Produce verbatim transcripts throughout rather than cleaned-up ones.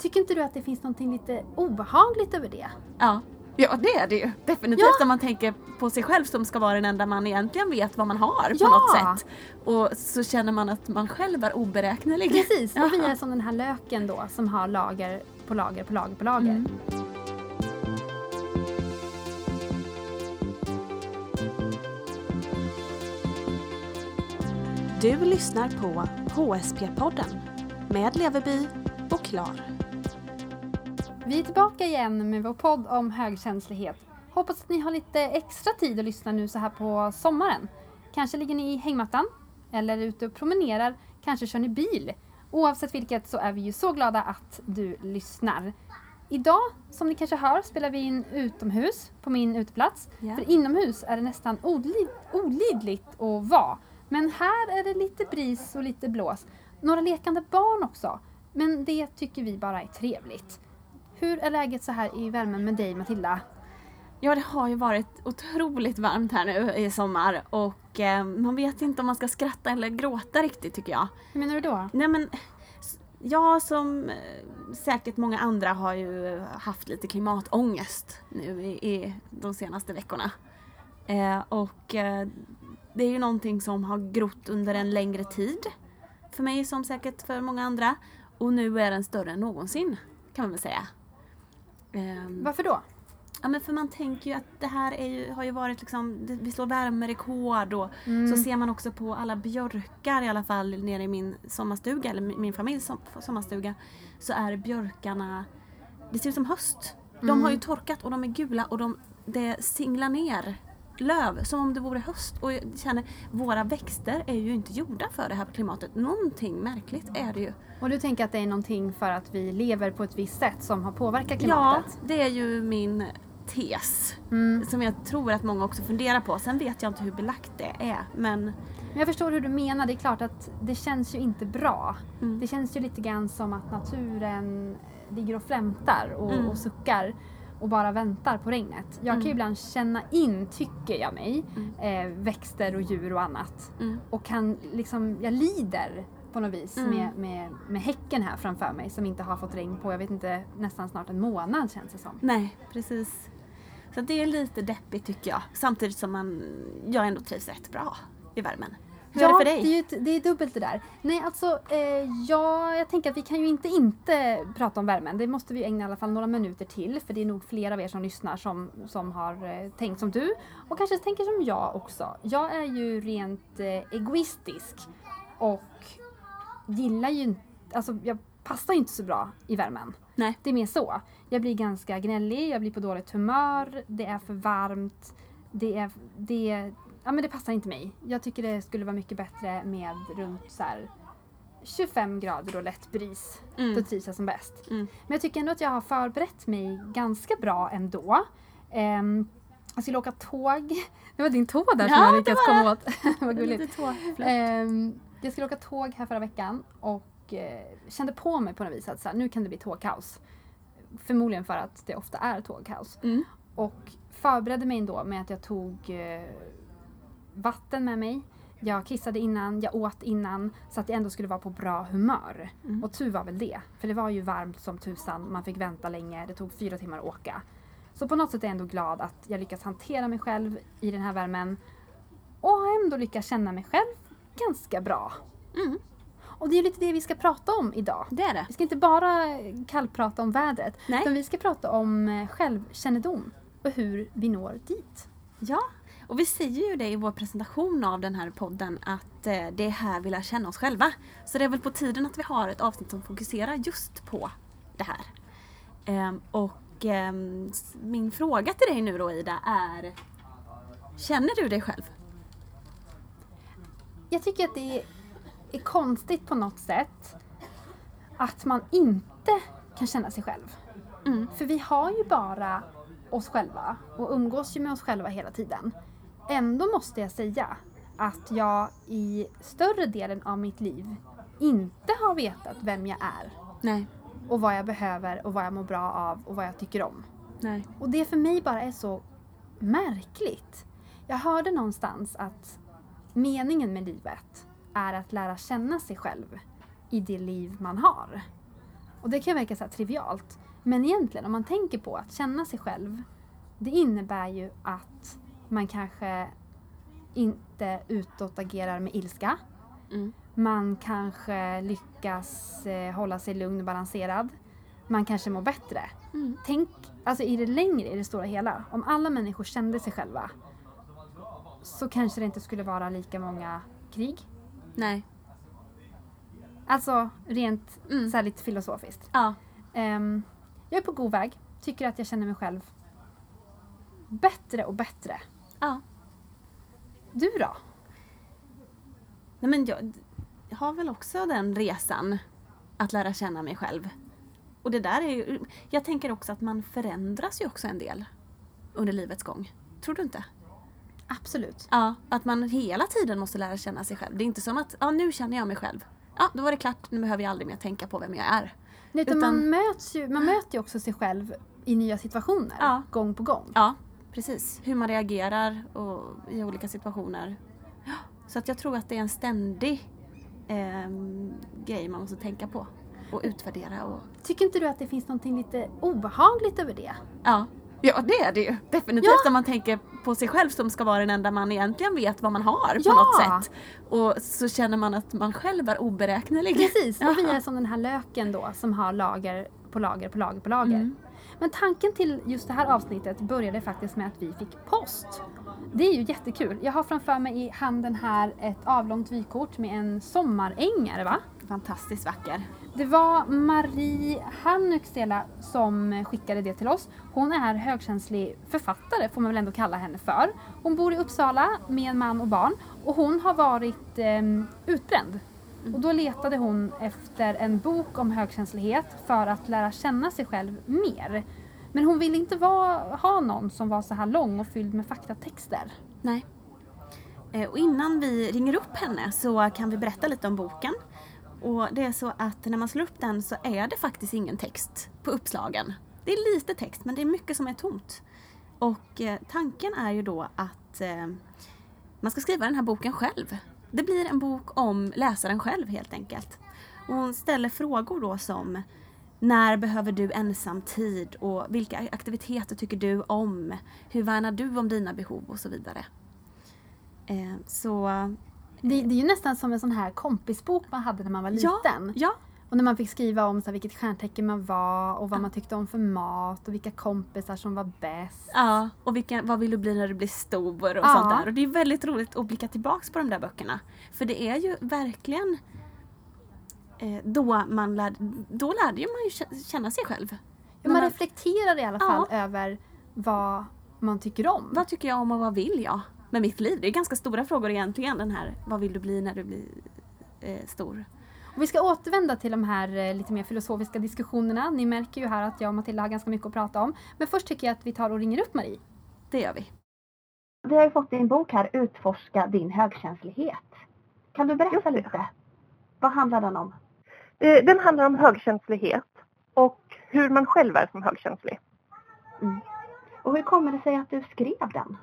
Tycker inte du att det finns någonting lite obehagligt över det? Ja. Ja, det är det ju. Definitivt ja. Om man tänker på sig själv som ska vara den enda man egentligen vet vad man har på ja. något sätt. Och så känner man att man själv är oberäknelig. Precis, ja. och vi är som den här löken då som har lager på lager på lager på lager. Mm. Du lyssnar på H S P-podden med Leverby och Klar. Vi är tillbaka igen med vår podd om högkänslighet. Hoppas att ni har lite extra tid att lyssna nu så här på sommaren. Kanske ligger ni i hängmattan eller ute och promenerar. Kanske kör ni bil. Oavsett vilket så är vi ju så glada att du lyssnar. Idag, som ni kanske hör, spelar vi in utomhus på min uteplats. Yeah. För inomhus är det nästan olid- olidligt att vara. Men här är det lite bris och lite blås. Några lekande barn också. Men det tycker vi bara är trevligt. Hur är läget så här i värmen med dig, Matilda? Ja, det har ju varit otroligt varmt här nu i sommar. Och eh, man vet inte om man ska skratta eller gråta riktigt, tycker jag. Hur menar du då? Nej, men jag som eh, säkert många andra har ju haft lite klimatångest nu i, i de senaste veckorna. Eh, och eh, det är ju någonting som har grott under en längre tid. För mig som säkert för många andra. Och nu är den större än någonsin, kan man väl säga. Um, Varför då? Ja, men för man tänker ju att det här är ju, har ju varit liksom, det, vi slår värmerekord och mm. så ser man också på alla björkar i alla fall nere i min sommarstuga eller min familjs som, sommarstuga, så är björkarna, det ser ut som höst. De mm. har ju torkat och de är gula och de, det singlar ner löv som om det vore höst, och jag känner våra växter är ju inte gjorda för det här klimatet. Någonting märkligt är det ju. Och du tänker att det är någonting för att vi lever på ett visst sätt som har påverkat klimatet? Ja, det är ju min tes mm. som jag tror att många också funderar på. Sen vet jag inte hur belagt det är, men... men jag förstår hur du menar. Det är klart att det känns ju inte bra. Mm. Det känns ju lite grann som att naturen ligger och flämtar och, mm. och suckar och bara väntar på regnet. Jag mm. kan ju ibland känna in, tycker jag mig, mm. eh, växter och djur och annat. Mm. Och kan liksom, jag lider på något vis mm. med, med, med häcken här framför mig som inte har fått regn på, jag vet inte, nästan snart en månad känns det som. Nej, precis. Så det är lite deppigt, tycker jag. Samtidigt som man, jag ändå trivs rätt bra i värmen. Hur ja, är det för dig? Det är, ju, det är dubbelt det där. Nej, alltså, eh, ja, jag tänker att vi kan ju inte inte prata om värmen. Det måste vi ägna i alla fall några minuter till. För det är nog flera av er som lyssnar som, som har eh, tänkt som du. Och kanske tänker som jag också. Jag är ju rent eh, egoistisk. Och gillar ju inte, alltså jag passar ju inte så bra i värmen. Nej. Det är mer så. Jag blir ganska gnällig, jag blir på dåligt humör. Det är för varmt. Det är... Det är Ja, men det passar inte mig. Jag tycker det skulle vara mycket bättre med runt så här tjugofem grader och lätt bris. Mm. Då trivs jag som bäst. Mm. Men jag tycker ändå att jag har förberett mig ganska bra ändå. Um, jag skulle åka tåg. Det var din tå där som ja, jag lyckats komma åt. Vad gulligt. Um, jag skulle åka tåg här förra veckan och uh, kände på mig på något vis att så här, nu kan det bli tågkaos. Förmodligen för att det ofta är tågkaos. Mm. Och förberedde mig ändå med att jag tog... Uh, vatten med mig. Jag kissade innan, jag åt innan så att jag ändå skulle vara på bra humör. Mm. Och tur var väl det. För det var ju varmt som tusan. Man fick vänta länge. Det tog fyra timmar att åka. Så på något sätt är jag ändå glad att jag lyckas hantera mig själv i den här värmen. Och har ändå lyckats känna mig själv ganska bra. Mm. Och det är lite det vi ska prata om idag. Det är det. Vi ska inte bara kallprata om vädret. Nej. Utan vi ska prata om självkännedom. Och hur vi når dit. Ja. Och vi säger ju det i vår presentation av den här podden att eh, det är här vi lär känna oss själva. Så det är väl på tiden att vi har ett avsnitt som fokuserar just på det här. Ehm, och ehm, min fråga till dig nu då, Ida, är: känner du dig själv? Jag tycker att det är konstigt på något sätt att man inte kan känna sig själv. Mm. För vi har ju bara oss själva och umgås ju med oss själva hela tiden. Ändå måste jag säga att jag i större delen av mitt liv inte har vetat vem jag är. Nej. Och vad jag behöver och vad jag mår bra av och vad jag tycker om. Nej. Och det för mig bara är så märkligt. Jag hörde någonstans att meningen med livet är att lära känna sig själv i det liv man har. Och det kan verka så här trivialt. Men egentligen om man tänker på att känna sig själv. Det innebär ju att man kanske inte utåt agerar med ilska. Mm. Man kanske lyckas eh, hålla sig lugn och balanserad. Man kanske mår bättre. Mm. Tänk, alltså i det längre, i det stora hela. Om alla människor kände sig själva. Så kanske det inte skulle vara lika många krig. Nej. Alltså rent Mm. så här lite filosofiskt. Ja. Um, jag är på god väg. Tycker att jag känner mig själv bättre och bättre. Ja. Du då? Nej, men jag, jag har väl också den resan att lära känna mig själv. Och det där är ju, jag tänker också att man förändras ju också en del under livets gång. Tror du inte? Absolut. Ja, att man hela tiden måste lära känna sig själv. Det är inte som att, ja nu känner jag mig själv. Ja, då var det klart, nu behöver jag aldrig mer tänka på vem jag är. Nej, utan Utan- man, möts ju, man möter ju också sig själv i nya situationer. Ja. Gång på gång. Ja, precis. Hur man reagerar och, i olika situationer. Ja, så att jag tror att det är en ständig eh, grej man måste tänka på. Och utvärdera. Och, Tycker inte du att det finns någonting lite obehagligt över det? ja. ja, det är det ju. Definitivt Ja. om man tänker på sig själv som ska vara den enda man egentligen vet vad man har Ja. på något sätt. Och så känner man att man själv är oberäknelig. Precis, och vi Ja. är som den här löken då som har lager på lager på lager på lager. Mm. Men tanken till just det här avsnittet började faktiskt med att vi fick post. Det är ju jättekul. Jag har framför mig i handen här ett avlångt vykort med en sommaräng, är det va? Fantastiskt vacker. Det var Marie Hannuksela som skickade det till oss. Hon är högkänslig författare, får man väl ändå kalla henne för. Hon bor i Uppsala med en man och barn. Och hon har varit eh, utbränd. Och då letade hon efter en bok om högkänslighet för att lära känna sig själv mer. Men hon ville inte vara, ha någon som var så här lång och fylld med faktatexter. Nej. Eh, Och innan vi ringer upp henne så kan vi berätta lite om boken. Och det är så att när man slår upp den så är det faktiskt ingen text på uppslagen. Det är lite text men det är mycket som är tomt. Och eh, tanken är ju då att eh, man ska skriva den här boken själv. Det blir en bok om läsaren själv helt enkelt. Och hon ställer frågor då som: när behöver du ensam tid? Och vilka aktiviteter tycker du om? Hur värnar du om dina behov? Och så vidare. Eh, så Det, det är ju nästan som en sån här kompisbok man hade när man var ja, liten. ja, Och när man fick skriva om så här, vilket stjärntecken man var och vad man tyckte om för mat och vilka kompisar som var bäst. ja. Och vilka, vad vill du bli när du blir stor och Ja. sånt där. Och det är väldigt roligt att blicka tillbaks på de där böckerna. För det är ju verkligen eh, då man lärde, då lärde ju man ju känna sig själv. Ja, Men man vad- reflekterar i alla Ja. fall över vad man tycker om. Vad tycker jag om och vad vill jag med mitt liv? Det är ganska stora frågor egentligen, den här. Vad vill du bli när du blir eh, stor? Och vi ska återvända till de här eh, lite mer filosofiska diskussionerna. Ni märker ju här att jag och Matilda har ganska mycket att prata om. Men först tycker jag att vi tar och ringer upp Marie. Det gör vi. Vi har ju fått din bok här, Utforska din högkänslighet. Kan du berätta lite? Vad handlar den om? Eh, Den handlar om högkänslighet och hur man själv är som högkänslig. Mm. Och hur kommer det sig att du skrev den?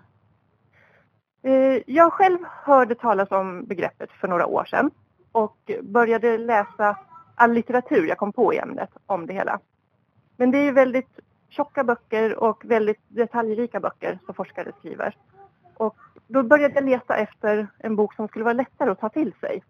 Eh, Jag själv hörde talas om begreppet för några år sedan och började läsa all litteratur jag kom på i ämnet om det hela. Men det är ju väldigt tjocka böcker och väldigt detaljrika böcker som forskare skriver. Och då började jag leta efter en bok som skulle vara lättare att ta till sig.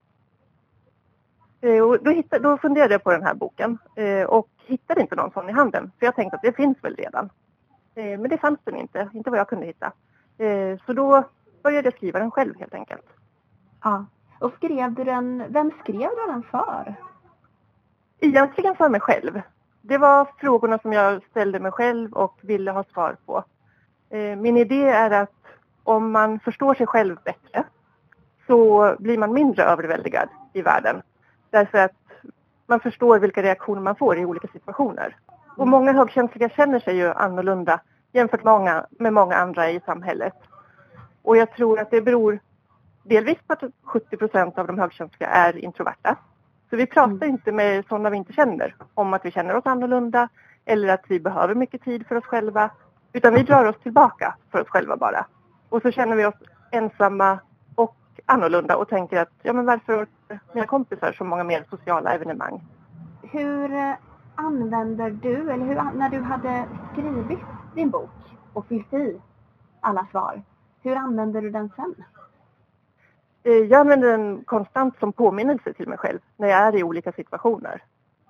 Eh, Och då, hittade, då funderade jag på den här boken eh, och hittade inte någon sån i handen. För jag tänkte att det finns väl redan. Eh, Men det fanns den inte, inte vad jag kunde hitta. Eh, Så då började jag skriva den själv helt enkelt. Ja. Och skrev du den, vem skrev du den för? Egentligen för mig själv. Det var frågorna som jag ställde mig själv och ville ha svar på. Eh, Min idé är att om man förstår sig själv bättre så blir man mindre överväldigad i världen. Därför att man förstår vilka reaktioner man får i olika situationer. Och många högkänsliga känner sig ju annorlunda jämfört med många, med många andra i samhället. Och jag tror att det beror delvis på att sjuttio procent av de högkänsliga är introverta. Så vi pratar Mm. inte med sådana vi inte känner om att vi känner oss annorlunda eller att vi behöver mycket tid för oss själva. Utan vi drar oss tillbaka för oss själva bara. Och så känner vi oss ensamma och annorlunda och tänker att ja, men varför har mina kompisar så många mer sociala evenemang? Hur, eh, använder du, eller hur, när du hade skrivit din bok och fyllt i alla svar, hur använder du den sen? Jag använder den konstant som påminnelse till mig själv när jag är i olika situationer.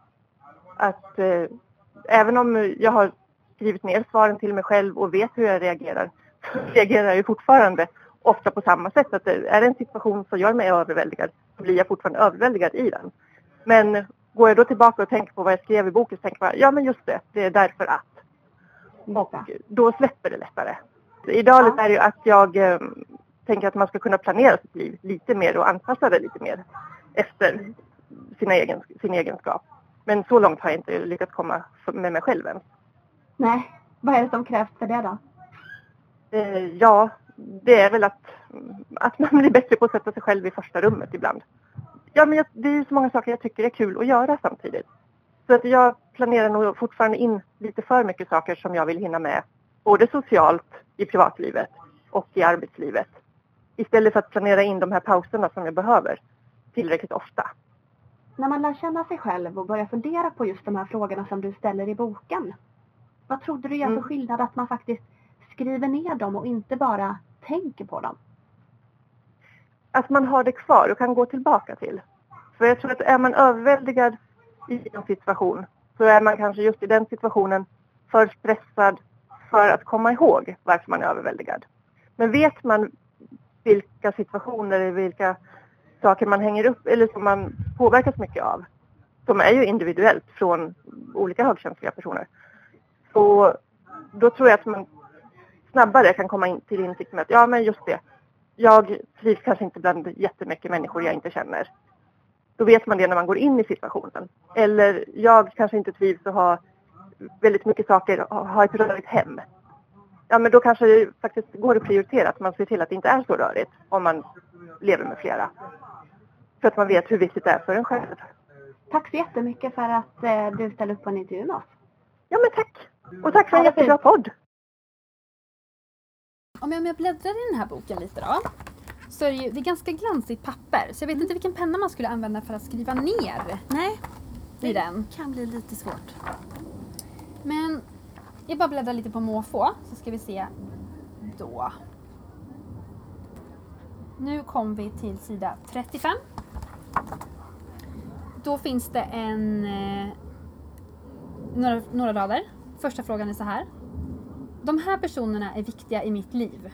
Att eh, även om jag har skrivit ner svaren till mig själv och vet hur jag reagerar, så reagerar jag ju fortfarande ofta på samma sätt. Att det är en situation som gör mig överväldigad, så blir jag fortfarande överväldigad i den. Men går jag då tillbaka och tänker på vad jag skrev i boken, så tänker jag, ja men just det, det är därför att. Och då släpper det lättare. Idealet är ju att jag eh, tänker att man ska kunna planera sitt liv lite mer och anpassa det lite mer efter sina egen, sin egenskap. Men så långt har jag inte lyckats komma med mig själv än. Nej, vad är det som krävs för det då? Eh, ja, det är väl att, att man blir bättre på att sätta sig själv i första rummet ibland. Ja, men jag, det är ju så många saker jag tycker är kul att göra samtidigt. Så att jag planerar nog fortfarande in lite för mycket saker som jag vill hinna med. Både socialt i privatlivet och i arbetslivet. Istället för att planera in de här pauserna som jag behöver tillräckligt ofta. När man lär känna sig själv och börjar fundera på just de här frågorna som du ställer i boken. Vad trodde du gör för Mm. skillnad att man faktiskt skriver ner dem och inte bara tänker på dem? Att man har det kvar och kan gå tillbaka till. För jag tror att är man överväldigad i en situation, så är man kanske just i den situationen för stressad för att komma ihåg varför man är överväldigad. Men vet man vilka situationer, vilka saker man hänger upp eller som man påverkas mycket av, som är ju individuellt från olika högkänsliga personer, så då tror jag att man snabbare kan komma in till insikt med att ja men just det, jag trivs kanske inte bland jättemycket människor jag inte känner. Då vet man det när man går in i situationen. Eller jag kanske inte trivs och har väldigt mycket saker, har ett rörigt hem. Ja men då kanske det faktiskt går att prioritera att man ser till att det inte är så rörigt om man lever med flera. För att man vet hur viktigt det är för en själv. Tack så jättemycket för att eh, du ställde upp på en intervju med oss. Ja men tack! Och tack för en jättebra podd! Om jag, om jag bläddrar i den här boken lite då. Så är det, ju, det är ganska glansigt papper. Så jag vet inte vilken penna man skulle använda för att skriva ner Nej, i den. kan bli lite svårt. Men jag bara bläddrar lite på måfå. Så ska vi se då. Nu kom vi till sida trettiofem. Då finns det en eh, några, några rader. Första frågan är så här. De här personerna är viktiga i mitt liv.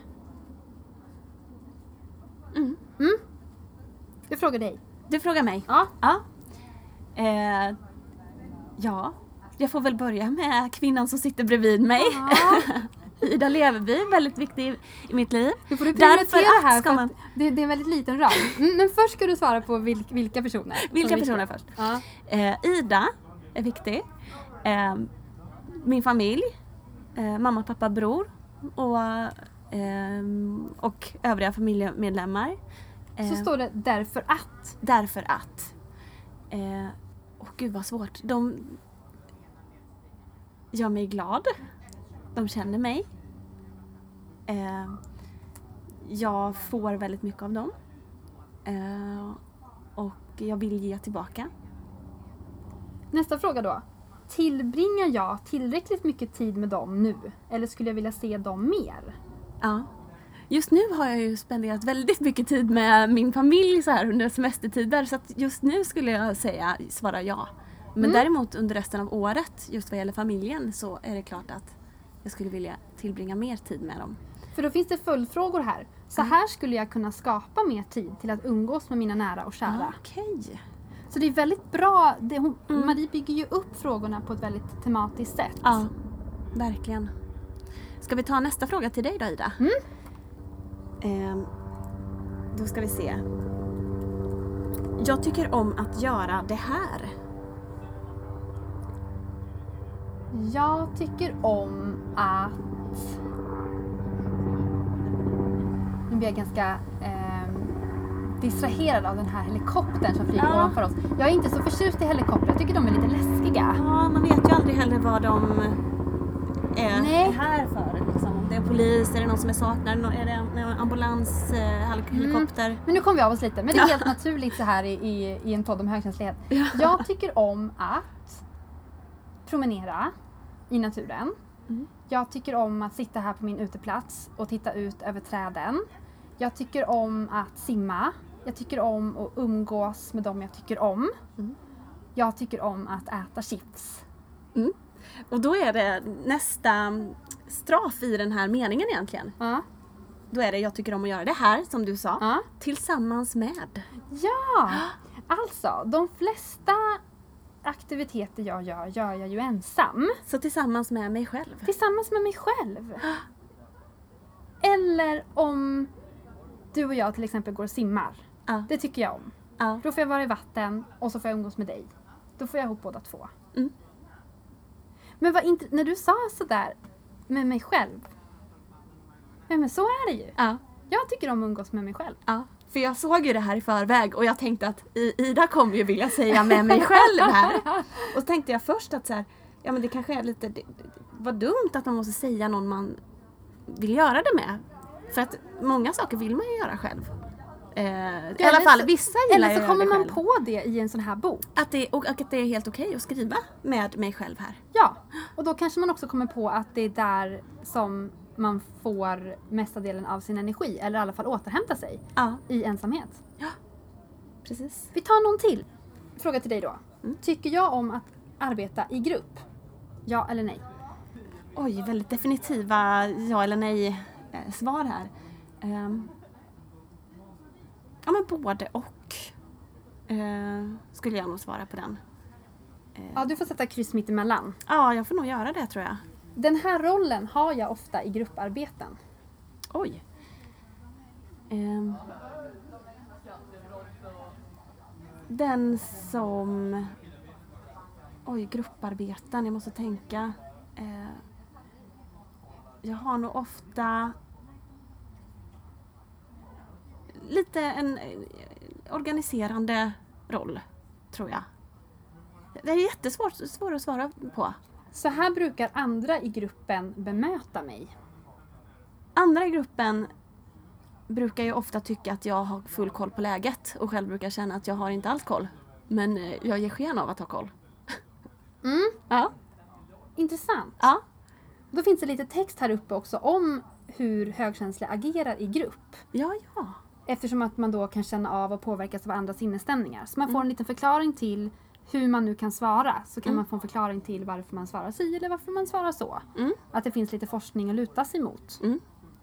Mm. Mm. Jag frågar dig. Du frågar mig? Ja. Ja. Eh, ja, jag får väl börja med kvinnan som sitter bredvid mig. Ja. Ida Leverby, väldigt viktig i, i mitt liv. Du får du Därför prioritera här ska för man... att det, det är en väldigt liten rad. Mm, men först ska du svara på vil, vilka personer. Vilka som personer är först? Ja. Eh, Ida är viktig. Eh, min familj. Eh, mamma, pappa, bror. Och, eh, och övriga familjemedlemmar. Eh, Så står det därför att. Därför att. Eh, åh gud vad svårt. De gör mig glad. De känner mig. Eh, jag får väldigt mycket av dem. Eh, och jag vill ge tillbaka. Nästa fråga då. Tillbringar jag tillräckligt mycket tid med dem nu? Eller skulle jag vilja se dem mer? Ja. Just nu har jag ju spenderat väldigt mycket tid med min familj så här under semestertider. Så att just nu skulle jag säga svara ja. Men Mm. däremot under resten av året, just vad gäller familjen, så är det klart att jag skulle vilja tillbringa mer tid med dem. För då finns det följdfrågor här. Så här skulle jag kunna skapa mer tid till att umgås med mina nära och kära. Okej. Så det är väldigt bra. Det, hon, Mm. Marie bygger ju upp frågorna på ett väldigt tematiskt sätt. Ja, verkligen. Ska vi ta nästa fråga till dig då, Ida? Mm. Ehm, då ska vi se. Jag tycker om att göra det här. Jag tycker om att... Nu blir jag ganska eh, distraherad av den här helikoptern som flyger Ja. ovanför oss. Jag är inte så förtjust i helikopter. Jag tycker de är lite läskiga. Ja, man vet ju aldrig heller vad de är Nej. här för. Liksom. Om det är polis, är det någon som är saknad, är det en, en ambulans, eh, helikopter? Men nu kommer vi av oss lite. Men det är helt naturligt så här i, i, i en podd om högkänslighet. Ja. Jag tycker om att promenera i naturen. Mm. Jag tycker om att sitta här på min uteplats och titta ut över träden. Jag tycker om att simma. Jag tycker om att umgås med dem jag tycker om. Mm. Jag tycker om att äta chips. Mm. Och då är det nästa straf i den här meningen egentligen. Ja. Då är det jag tycker om att göra det här, som du sa, Ja. tillsammans med. Ja, alltså de flesta aktiviteter jag gör, gör jag ju ensam. Så tillsammans med mig själv. Tillsammans med mig själv. Eller om du och jag till exempel går och simmar. Ja. Det tycker jag om. Ja. Då får jag vara i vatten och så får jag umgås med dig. Då får jag ihop båda två. Mm. Men vad int- när du sa sådär med mig själv. Ja, men så är det ju. Ja. Jag tycker om att umgås med mig själv. Ja. För jag såg ju det här i förväg och jag tänkte att Ida kommer ju vilja säga med mig själv här. Och så tänkte jag först att så här, ja men det kanske är lite, det, det, vad dumt att man måste säga någon man vill göra det med. För att många saker vill man ju göra själv. Eh, I alla fall så, vissa gillar eller så jag kommer det man själv. på det i en sån här bok. Att det, och att det är helt okej att skriva med mig själv här. Ja, och då kanske man också kommer på att det är där som man får mesta delen av sin energi. Eller i alla fall återhämta sig Ja, i ensamhet. precis. Vi tar någon till. Fråga till dig då. Mm. Tycker jag om att arbeta i grupp? Ja eller nej? Oj, väldigt definitiva ja eller nej eh, svar här. Um, ja men både och uh, skulle jag nog svara på den. Uh, Ja, du får sätta kryss mitt emellan. ja, jag får nog göra det tror jag. Den här rollen har jag ofta i grupparbeten. Oj. Um, den som... Oj, grupparbeten. Jag måste tänka. Uh, jag har nog ofta lite en eh, organiserande roll, tror jag. Det är jättesvårt svårt att svara på. Så här brukar andra i gruppen bemöta mig. Andra i gruppen brukar ju ofta tycka att jag har full koll på läget och själv brukar känna att jag har inte alls koll. Men eh, jag ger sken av att ha koll. Mm, Ja. intressant. Ja. Då finns det lite text här uppe också om hur högkänsliga agerar i grupp. Ja, ja. Eftersom att man då kan känna av och påverkas av andra sinnesstämningar. Så man får Mm. en liten förklaring till hur man nu kan svara. Så kan Mm. man få en förklaring till varför man svarar si eller varför man svarar så. Mm. Att det finns lite forskning att luta sig mot. Mm.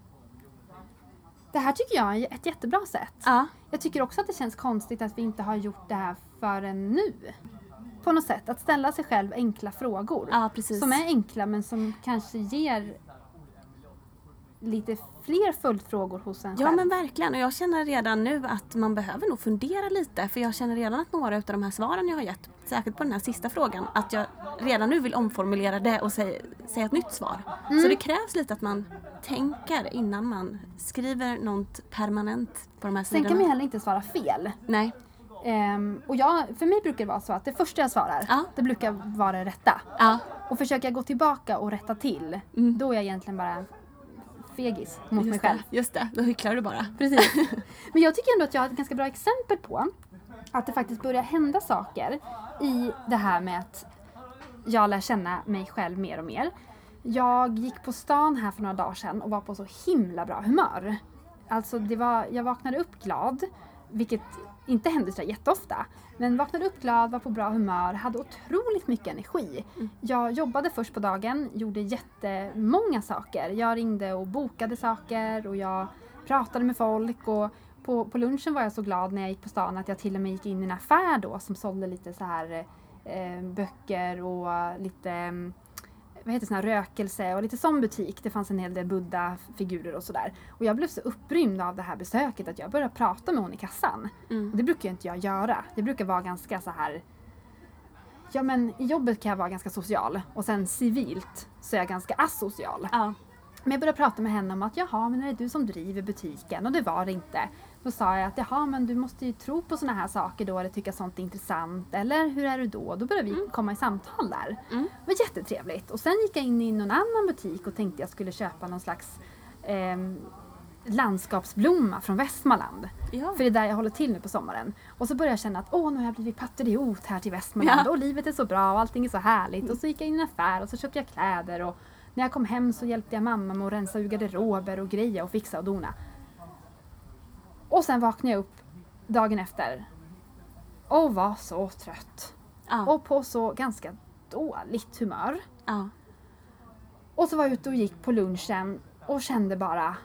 Det här tycker jag är ett jättebra sätt. Ja. Jag tycker också att det känns konstigt att vi inte har gjort det här förrän nu. På något sätt, att ställa sig själv enkla frågor. Ja, precis. Som är enkla men som kanske ger lite fler följdfrågor hos en Ja själv. men verkligen, och jag känner redan nu att man behöver nog fundera lite, för jag känner redan att några av de här svaren jag har gett, särskilt på den här sista frågan, att jag redan nu vill omformulera det och säga, säga ett nytt svar. Mm. Så det krävs lite att man tänker innan man skriver något permanent på de här Sen sidorna. kan man heller inte svara fel. Nej. Ehm, och jag, för mig brukar det vara så att det första jag svarar, Ja. det brukar vara det rätta. Ja. Och försöker jag gå tillbaka och rätta till, Mm. då är jag egentligen bara en fegis mot mig Just själv. det, just det, då hycklar du bara. Precis. Men jag tycker ändå att jag har ett ganska bra exempel på att det faktiskt börjar hända saker i det här med att jag lär känna mig själv mer och mer. Jag gick på stan här för några dagar sedan och var på så himla bra humör. Alltså det var, jag vaknade upp glad, vilket inte händer så jätteofta. Men vaknade upp glad, var på bra humör, hade otroligt mycket energi. Mm. Jag jobbade först på dagen, gjorde jättemånga saker. Jag ringde och bokade saker och jag pratade med folk. Och på, på lunchen var jag så glad när jag gick på stan att jag till och med gick in i en affär då som sålde lite så här eh, böcker och lite mm, vad heter sån här rökelse och lite sån butik. Det fanns en hel del Buddha-figurer och sådär. Och jag blev så upprymd av det här besöket att jag började prata med hon i kassan. Mm. Och det brukar ju inte jag göra. Det brukar vara ganska så här. Ja men i jobbet kan jag vara ganska social. Och sen civilt så är jag ganska asocial. Ja. Men jag började prata med henne om att jaha men är det du som driver butiken? Och det var det inte. Då sa jag att jaha men du måste ju tro på såna här saker då eller tycka sånt är intressant. Eller hur är du då? Då började vi Mm. komma i samtal där. Mm. Det var jättetrevligt. Och sen gick jag in i någon annan butik och tänkte jag skulle köpa någon slags eh, landskapsblomma från Västmanland. Ja. För det är där jag håller till nu på sommaren. Och så började jag känna att åh, nu har jag blivit patriot här till Västmanland. Ja. Och livet är så bra och allting är så härligt. Och så gick jag in i en affär och så köpte jag kläder. Och när jag kom hem så hjälpte jag mamma med att rensa ur garderober och greja och fixa och dona. Och sen vaknade jag upp dagen efter och var så trött. Ja. Och på så ganska dåligt humör. Ja. Och så var jag ute och gick på lunchen och kände bara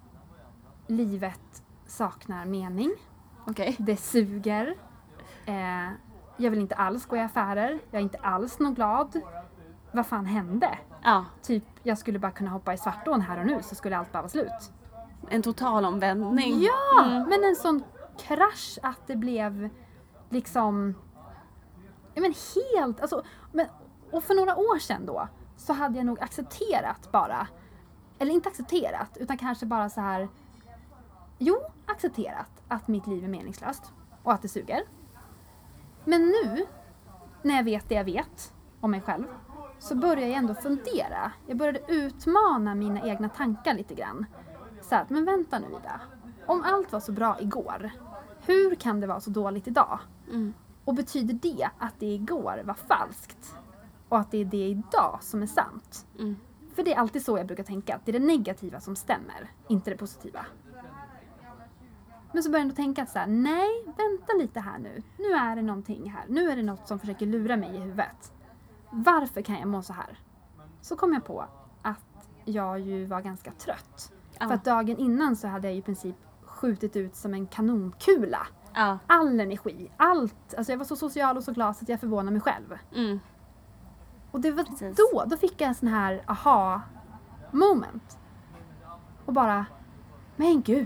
livet saknar mening. Okej. Det suger. Eh, jag vill inte alls gå i affärer. Jag är inte alls någon glad. Vad fan hände? Ja. Typ, jag skulle bara kunna hoppa i svartån här och nu så skulle allt bara vara slut. En total omvändning. Ja, Mm. men en sån krasch att det blev liksom ja, men helt, alltså, men, och för några år sedan då så hade jag nog accepterat bara, eller inte accepterat utan kanske bara så här, jo, accepterat att mitt liv är meningslöst och att det suger. Men nu, när jag vet det jag vet om mig själv, så börjar jag ändå fundera. Jag började utmana mina egna tankar lite grann. Så att, men vänta nu Ida. Om allt var så bra igår, hur kan det vara så dåligt idag? Mm. Och betyder det att det igår var falskt? Och att det är det idag som är sant? Mm. För det är alltid så jag brukar tänka, att det är det negativa som stämmer, inte det positiva. Men så börjar jag ändå tänka att så här, nej, vänta lite här nu. Nu är det någonting här. Nu är det något som försöker lura mig i huvudet. Varför kan jag må så här? Så kom jag på att jag ju var ganska trött. Ja. För att dagen innan så hade jag ju i princip skjutit ut som en kanonkula. Ja. All energi, allt. Alltså jag var så social och så glad så att jag förvånade mig själv. Mm. Och det var Precis. då, då fick jag en sån här aha moment. Och bara, men gud.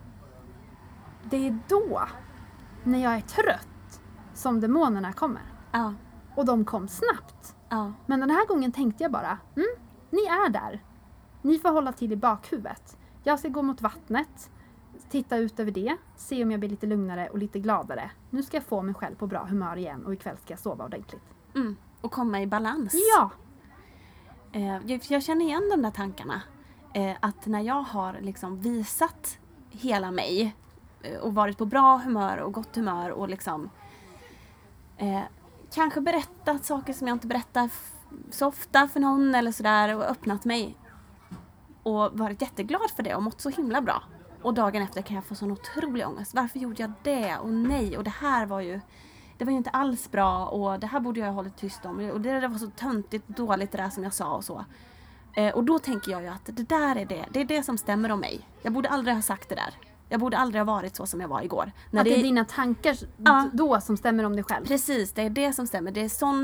Det är då, när jag är trött, som demonerna kommer. Ja. Och de kom snabbt. Ja. Men den här gången tänkte jag bara, mm, ni är där. Ni får hålla till i bakhuvudet. Jag ska gå mot vattnet, titta ut över det, se om jag blir lite lugnare och lite gladare. Nu ska jag få mig själv på bra humör igen och ikväll ska jag sova ordentligt. Mm. Och komma i balans. Ja! Eh, jag, jag känner igen de där tankarna. Eh, att när jag har liksom visat hela mig eh, och varit på bra humör och gott humör och liksom eh, kanske berättat saker som jag inte berättar f- så ofta för någon eller sådär och öppnat mig och varit jätteglad för det och mått så himla bra. Och dagen efter kan jag få sån otrolig ångest. Varför gjorde jag det? Och nej, och det här var ju det var ju inte alls bra och det här borde jag ha hållit tyst om. Och det, det var så töntigt dåligt det där som jag sa och så. Eh, och då tänker jag ju att det där är det. Det är det som stämmer om mig. Jag borde aldrig ha sagt det där. Jag borde aldrig ha varit så som jag var igår. När Att det är dina tankar Ja. då som stämmer om dig själv. Precis, det är det som stämmer. Det är sån,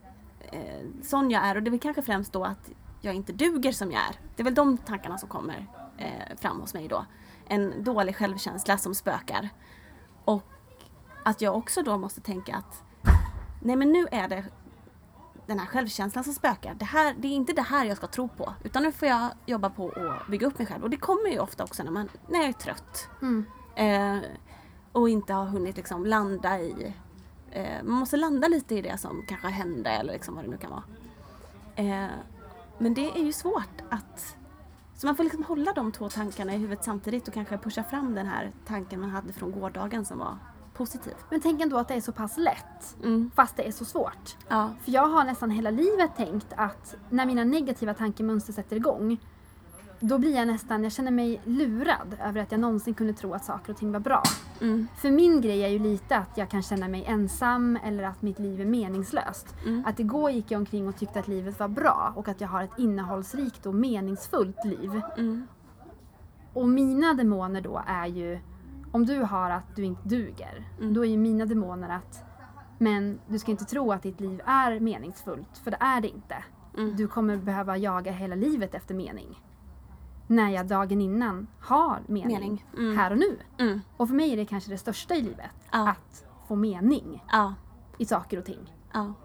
eh, sån jag är och det är väl kanske främst då att jag inte duger som jag är. Det är väl de tankarna som kommer eh, fram hos mig då. En dålig självkänsla som spökar. Och att jag också då måste tänka att nej men nu är det den här självkänslan som spökar. Det, här, det är inte det här jag ska tro på. Utan nu får jag jobba på att bygga upp mig själv. Och det kommer ju ofta också när, man, när jag är trött. Mm. Eh, och inte har hunnit liksom landa i eh, man måste landa lite i det som kanske hände eller liksom vad det nu kan vara. Eh, men det är ju svårt att så man får liksom hålla de två tankarna i huvudet samtidigt och kanske pusha fram den här tanken man hade från gårdagen som var positiv. Men tänk ändå att det är så pass lätt. Mm. Fast det är så svårt. Ja. För jag har nästan hela livet tänkt att när mina negativa tankemönster sätter igång, då blir jag nästan, jag känner mig lurad över att jag någonsin kunde tro att saker och ting var bra. Mm. För min grej är ju lite att jag kan känna mig ensam eller att mitt liv är meningslöst. Mm. Att igår gick jag omkring och tyckte att livet var bra och att jag har ett innehållsrikt och meningsfullt liv. Mm. Och mina demoner då är ju, om du har att du inte duger, Mm. då är ju mina demoner att, men du ska inte tro att ditt liv är meningsfullt, för det är det inte. Mm. Du kommer behöva jaga hela livet efter mening. När jag dagen innan har mening, Mening. Mm. här och nu. Mm. Och för mig är det kanske det största i livet, Ja. att få mening Ja. i saker och ting. Ja.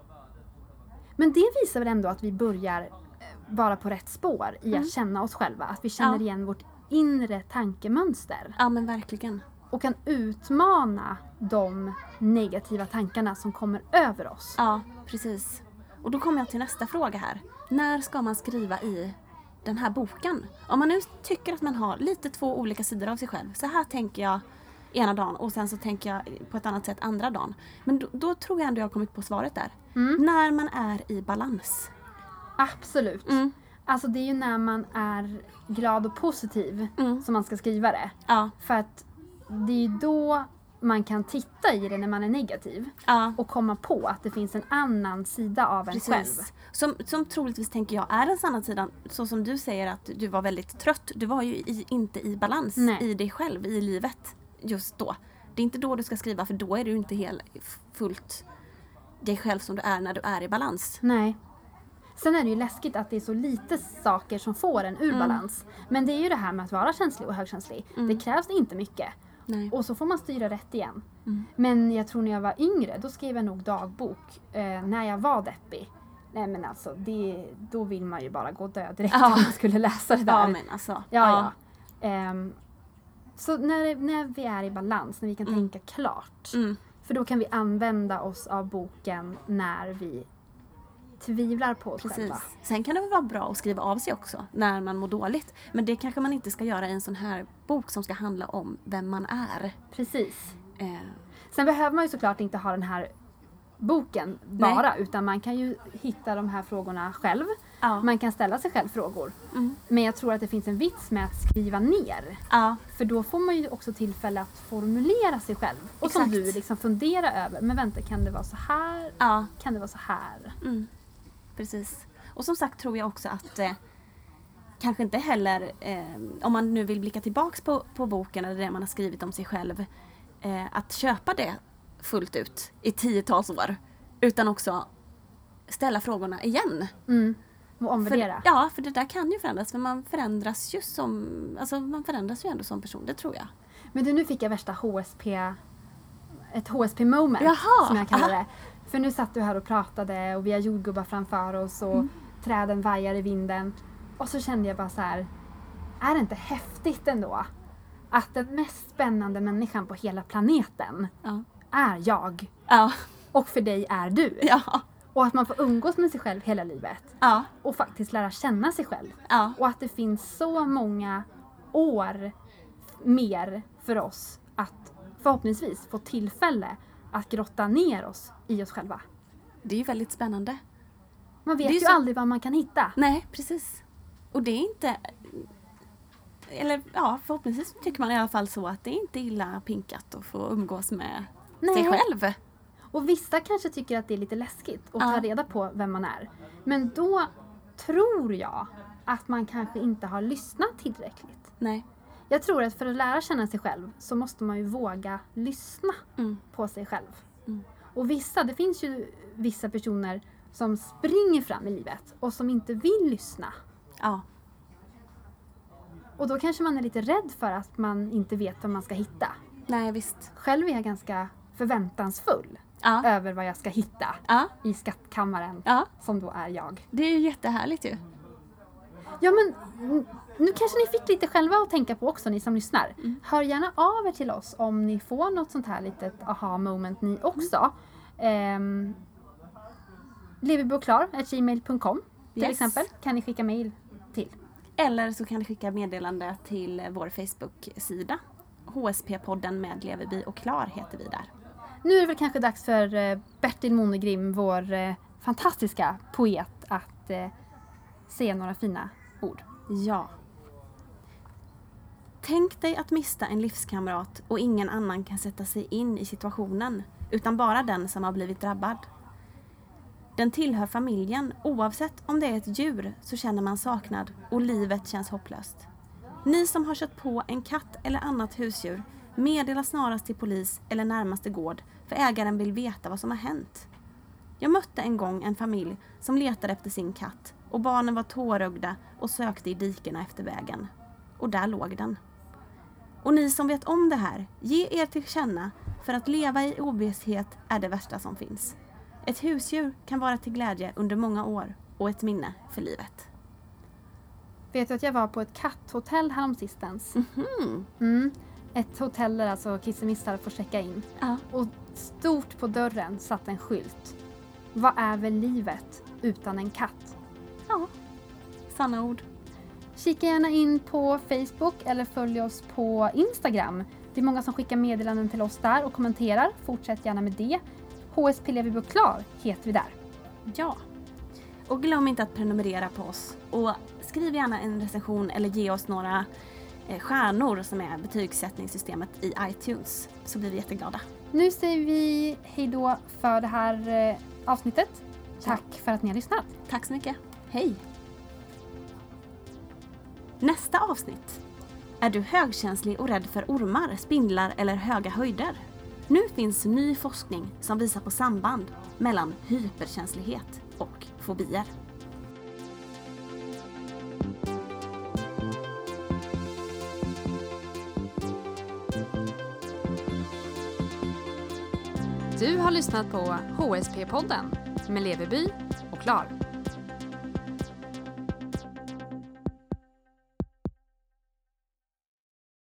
Men det visar väl ändå att vi börjar eh, vara på rätt spår i Mm. att känna oss själva. Att vi känner Ja. igen vårt inre tankemönster. Ja men verkligen. Och kan utmana de negativa tankarna som kommer över oss. Ja, precis. Och då kommer jag till nästa fråga här. När ska man skriva i den här boken. Om man nu tycker att man har lite två olika sidor av sig själv. Så här tänker jag ena dagen och sen så tänker jag på ett annat sätt andra dagen. Men då, då tror jag ändå jag har kommit på svaret där. Mm. När man är i balans. Absolut. Mm. Alltså det är ju när man är glad och positiv Mm. som man ska skriva det. Ja. För att det är ju då man kan titta i det när man är negativ. Ja. Och komma på att det finns en annan sida av en själv. Som, som troligtvis tänker jag är den sanna sidan. Så som du säger att du var väldigt trött. Du var ju i, inte i balans Nej. i dig själv, i livet just då. Det är inte då du ska skriva för då är du inte helt fullt dig själv som du är när du är i balans. Nej. Sen är det ju läskigt att det är så lite saker som får en ur Mm. balans. Men det är ju det här med att vara känslig och högkänslig. Mm. Det krävs inte mycket. Nej. Och så får man styra rätt igen. Mm. Men jag tror när jag var yngre, då skrev jag nog dagbok. Eh, när jag var deppig. Nej men alltså, det, då vill man ju bara gå död direkt Ja. om man skulle läsa det där. Ja men alltså. Ja, ja. Ehm, så när, när vi är i balans, när vi kan Mm. tänka klart. Mm. För då kan vi använda oss av boken när vi tvivlar på oss Precis. själva. Sen kan det väl vara bra att skriva av sig också när man mår dåligt. Men det kanske man inte ska göra i en sån här bok som ska handla om vem man är. Precis. Eh, Sen behöver man ju såklart inte ha den här boken bara. Nej. Utan man kan ju hitta de här frågorna själv. ja. Man kan ställa sig själv frågor. Mm. Men jag tror att det finns en vits med att skriva ner. ja. För då får man ju också tillfälle att formulera sig själv. Och som Exakt. du liksom fundera över. Men vänta, kan det vara så här? Ja. Kan det vara så här? Mm. Precis. Och som sagt tror jag också att eh, kanske inte heller eh, om man nu vill blicka tillbaks på, på boken eller det man har skrivit om sig själv eh, att köpa det fullt ut i tiotals år utan också ställa frågorna igen. Mm. Och omvärdera. För, ja, för det där kan ju förändras för man förändras ju som alltså man förändras ju ändå som person, det tror jag. Men du, nu fick jag värsta H S P ett H S P moment Jaha, som jag kallar aha. det. För nu satt du här och pratade och vi har jordgubbar framför oss och Mm. träden vajar i vinden. Och så kände jag bara så här, är det inte häftigt ändå att den mest spännande människan på hela planeten Ja. är jag Ja. och för dig är du. Ja. Och att man får umgås med sig själv hela livet Ja. och faktiskt lära känna sig själv. Ja. Och att det finns så många år mer för oss att förhoppningsvis få tillfälle att grotta ner oss i oss själva. Det är ju väldigt spännande. Man vet Det är ju så- aldrig vad man kan hitta. Nej, precis. Och det är inte... Eller ja, förhoppningsvis tycker man i alla fall så att det är inte illa pinkat att få umgås med Nej. sig själv. Och vissa kanske tycker att det är lite läskigt att Ja. ta reda på vem man är. Men då tror jag att man kanske inte har lyssnat tillräckligt. Nej. Jag tror att för att lära känna sig själv så måste man ju våga lyssna Mm. på sig själv. Mm. Och vissa, det finns ju vissa personer som springer fram i livet och som inte vill lyssna. Ja. Och då kanske man är lite rädd för att man inte vet vad man ska hitta. Nej, visst. Själv är jag ganska förväntansfull Ja. över vad jag ska hitta Ja. i skattkammaren Ja. som då är jag. Det är ju jättehärligt ju. Ja men n- nu kanske ni fick lite själva att tänka på också, ni som lyssnar. Mm. Hör gärna av er till oss om ni får något sånt här litet aha moment ni också. Mm. leverboklar at gmail punkt com till Yes. exempel kan ni skicka mejl till. Eller så kan ni skicka meddelande till vår Facebook-sida. H S P-podden med Leverby och Klar heter vi där. Nu är det väl kanske dags för eh, Bertil Monegrim, vår eh, fantastiska poet, att eh, säga några fina ord. Ja. Tänk dig att mista en livskamrat och ingen annan kan sätta sig in i situationen utan bara den som har blivit drabbad. Den tillhör familjen, oavsett om det är ett djur så känner man saknad och livet känns hopplöst. Ni som har kört på en katt eller annat husdjur, meddela snarast till polis eller närmaste gård för ägaren vill veta vad som har hänt. Jag mötte en gång en familj som letade efter sin katt och barnen var tårögda och sökte i dikerna efter vägen. Och där låg den. Och ni som vet om det här, ge er till känna för att leva i ovisshet är det värsta som finns. Ett husdjur kan vara till glädje under många år och ett minne för livet. Vet du att jag var på ett katthotell häromsistens? Mm. Mm. Ett hotell där alltså kissemissar får checka in. Ja. Och stort på dörren satt en skylt. Vad är väl livet utan en katt? Ja, sanna ord. Kika gärna in på Facebook eller följ oss på Instagram. Det är många som skickar meddelanden till oss där och kommenterar. Fortsätt gärna med det. H S P Leverby och Klar heter vi där. Ja. Och glöm inte att prenumerera på oss. Och skriv gärna en recension eller ge oss några eh, stjärnor som är betygssättningssystemet i iTunes. Så blir vi jätteglada. Nu säger vi hej då för det här eh, avsnittet. Tack ja. för att ni har lyssnat. Tack så mycket. Hej! Nästa avsnitt. Är du högkänslig och rädd för ormar, spindlar eller höga höjder? Nu finns ny forskning som visar på samband mellan hyperkänslighet och fobier. Du har lyssnat på H S P-podden med Leverby och Klar.